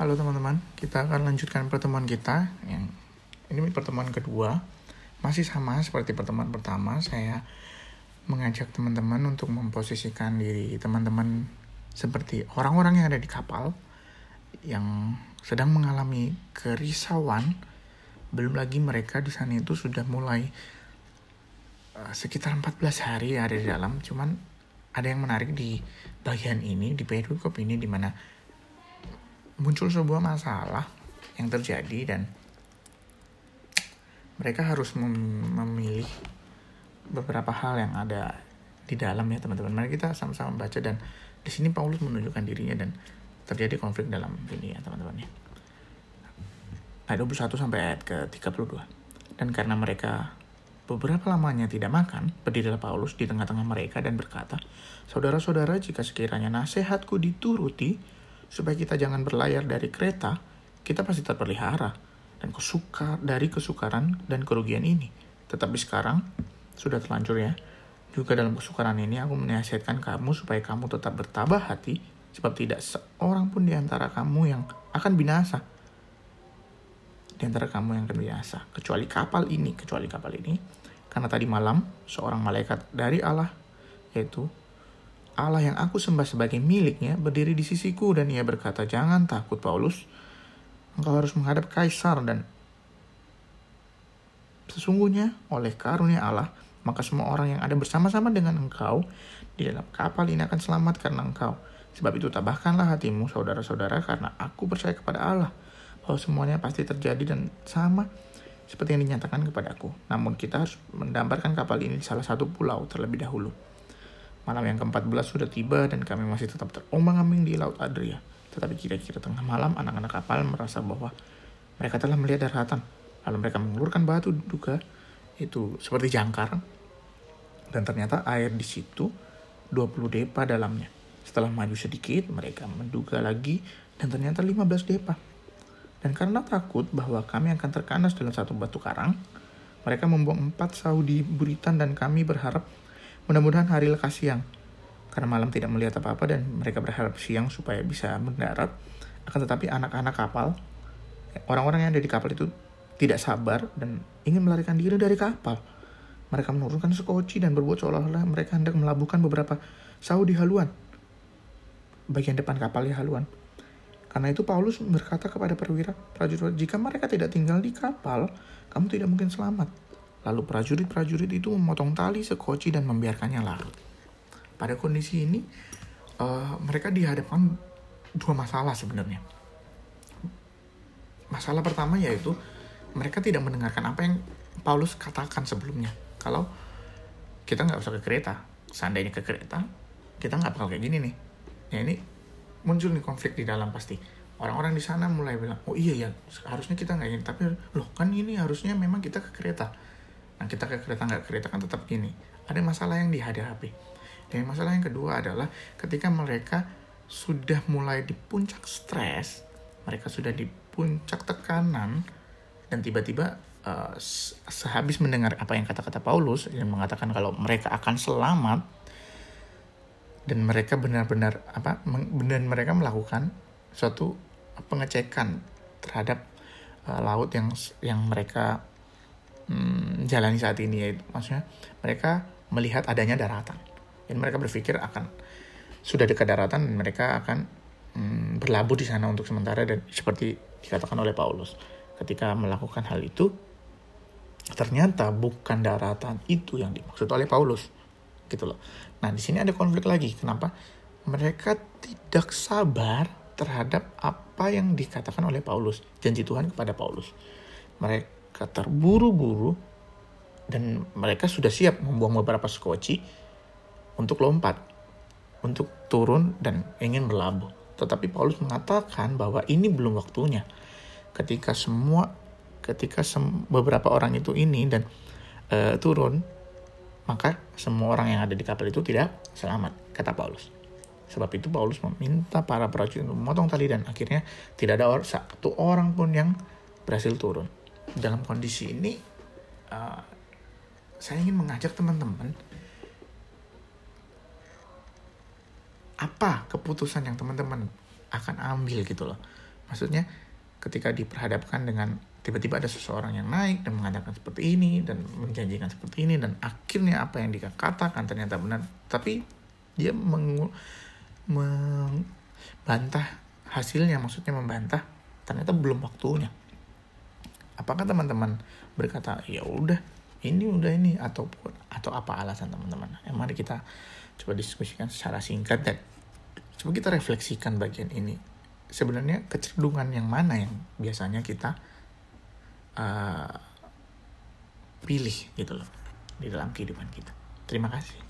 Halo teman-teman, kita akan lanjutkan pertemuan kita. Yang ini pertemuan kedua. Masih sama seperti pertemuan pertama, saya mengajak teman-teman untuk memposisikan diri teman-teman seperti orang-orang yang ada di kapal yang sedang mengalami kerisauan. Belum lagi mereka di sana itu sudah mulai sekitar 14 hari ada di dalam. Cuman ada yang menarik di bagian ini, di perikop ini, di mana muncul sebuah masalah yang terjadi dan mereka harus memilih beberapa hal yang ada di dalam ya teman-teman. Mari kita sama-sama baca, dan di sini Paulus menunjukkan dirinya dan terjadi konflik dalam ini ya teman-teman ya. Ayat 21 sampai ayat ke-32. Dan karena mereka beberapa lamanya tidak makan, berdirilah Paulus di tengah-tengah mereka dan berkata, "Saudara-saudara, jika sekiranya nasihatku dituruti, supaya kita jangan berlayar dari Kreta, kita pasti terpelihara dan dari kesukaran dan kerugian ini. Tetapi sekarang sudah terlanjur ya. Juga dalam kesukaran ini aku menasihatkan kamu supaya kamu tetap bertabah hati, sebab tidak seorang pun di antara kamu yang akan binasa. Kecuali kapal ini. Karena tadi malam seorang malaikat dari Allah, yaitu Allah yang aku sembah sebagai miliknya, berdiri di sisiku dan ia berkata, 'Jangan takut Paulus, engkau harus menghadap Kaisar, dan sesungguhnya oleh karunia Allah, maka semua orang yang ada bersama-sama dengan engkau di dalam kapal ini akan selamat karena engkau. Sebab itu tabahkanlah hatimu saudara-saudara, karena aku percaya kepada Allah bahwa semuanya pasti terjadi dan sama seperti yang dinyatakan kepadaku. Namun kita harus mendamparkan kapal ini di salah satu pulau terlebih dahulu.' Malam yang ke-14 sudah tiba dan kami masih tetap terombang-ambing di Laut Adria. Tetapi kira-kira tengah malam anak-anak kapal merasa bahwa mereka telah melihat daratan. Lalu mereka mengulurkan batu diduga itu seperti jangkar. Dan ternyata air di situ 20 depa dalamnya. Setelah maju sedikit mereka menduga lagi dan ternyata 15 depa. Dan karena takut bahwa kami akan terkandas dalam satu batu karang, mereka membuang 4 sauh di buritan dan kami berharap mudah-mudahan hari lekas siang, karena malam tidak melihat apa-apa dan mereka berharap siang supaya bisa mendarat. Akan tetapi anak-anak kapal, orang-orang yang ada di kapal itu tidak sabar dan ingin melarikan diri dari kapal. Mereka menurunkan sekoci dan berbuat seolah-olah mereka hendak melabuhkan beberapa sauh di haluan, bagian depan kapal di haluan. Karena itu Paulus berkata kepada perwira prajurit, 'Jika mereka tidak tinggal di kapal, kamu tidak mungkin selamat.' Lalu prajurit-prajurit itu memotong tali sekoci dan membiarkannya larut. Pada kondisi ini, mereka dihadapkan dua masalah sebenarnya. Masalah pertama yaitu mereka tidak mendengarkan apa yang Paulus katakan sebelumnya. Kalau kita nggak usah ke Kreta, seandainya ke Kreta, kita nggak bakal kayak gini nih. Ya ini muncul nih konflik di dalam pasti. Orang-orang di sana mulai bilang, "Oh iya ya, harusnya kita nggak gini." Tapi loh kan ini harusnya memang kita ke Kreta. Nah kita ke Kreta nggak ke Kreta kan tetap gini. Ada masalah yang dihadapi. Dan masalah yang kedua adalah ketika mereka sudah mulai di puncak stres, mereka sudah di puncak tekanan, dan tiba-tiba sehabis mendengar apa yang kata-kata Paulus yang mengatakan kalau mereka akan selamat, dan mereka benar-benar mereka melakukan suatu pengecekan terhadap laut yang mereka jalani saat ini, yaitu maksudnya mereka melihat adanya daratan dan mereka berpikir sudah dekat daratan dan mereka akan berlabuh di sana untuk sementara. Dan seperti dikatakan oleh Paulus, ketika melakukan hal itu ternyata bukan daratan itu yang dimaksud oleh Paulus gitu loh. Nah di sini ada konflik lagi. Kenapa? Mereka tidak sabar terhadap apa yang dikatakan oleh Paulus, janji Tuhan kepada Paulus. Mereka terburu-buru dan mereka sudah siap membuang beberapa sekoci untuk lompat, untuk turun dan ingin berlabuh. Tetapi Paulus mengatakan bahwa ini belum waktunya. Ketika beberapa orang itu dan turun, maka semua orang yang ada di kapal itu tidak selamat, kata Paulus. Sebab itu Paulus meminta para prajurit untuk memotong tali dan akhirnya tidak ada satu orang pun yang berhasil turun. Dalam kondisi ini, saya ingin mengajak teman-teman, apa keputusan yang teman-teman akan ambil gitu loh. Maksudnya ketika diperhadapkan dengan tiba-tiba ada seseorang yang naik dan mengatakan seperti ini dan menjanjikan seperti ini, dan akhirnya apa yang dia katakan ternyata benar, tapi dia membantah hasilnya, maksudnya membantah ternyata belum waktunya. Apakah teman-teman berkata ya udah ini atau apa alasan teman-teman? Mari kita coba diskusikan secara singkat dan coba kita refleksikan bagian ini. Sebenarnya kecenderungan yang mana yang biasanya kita pilih gitu loh di dalam kehidupan kita. Terima kasih.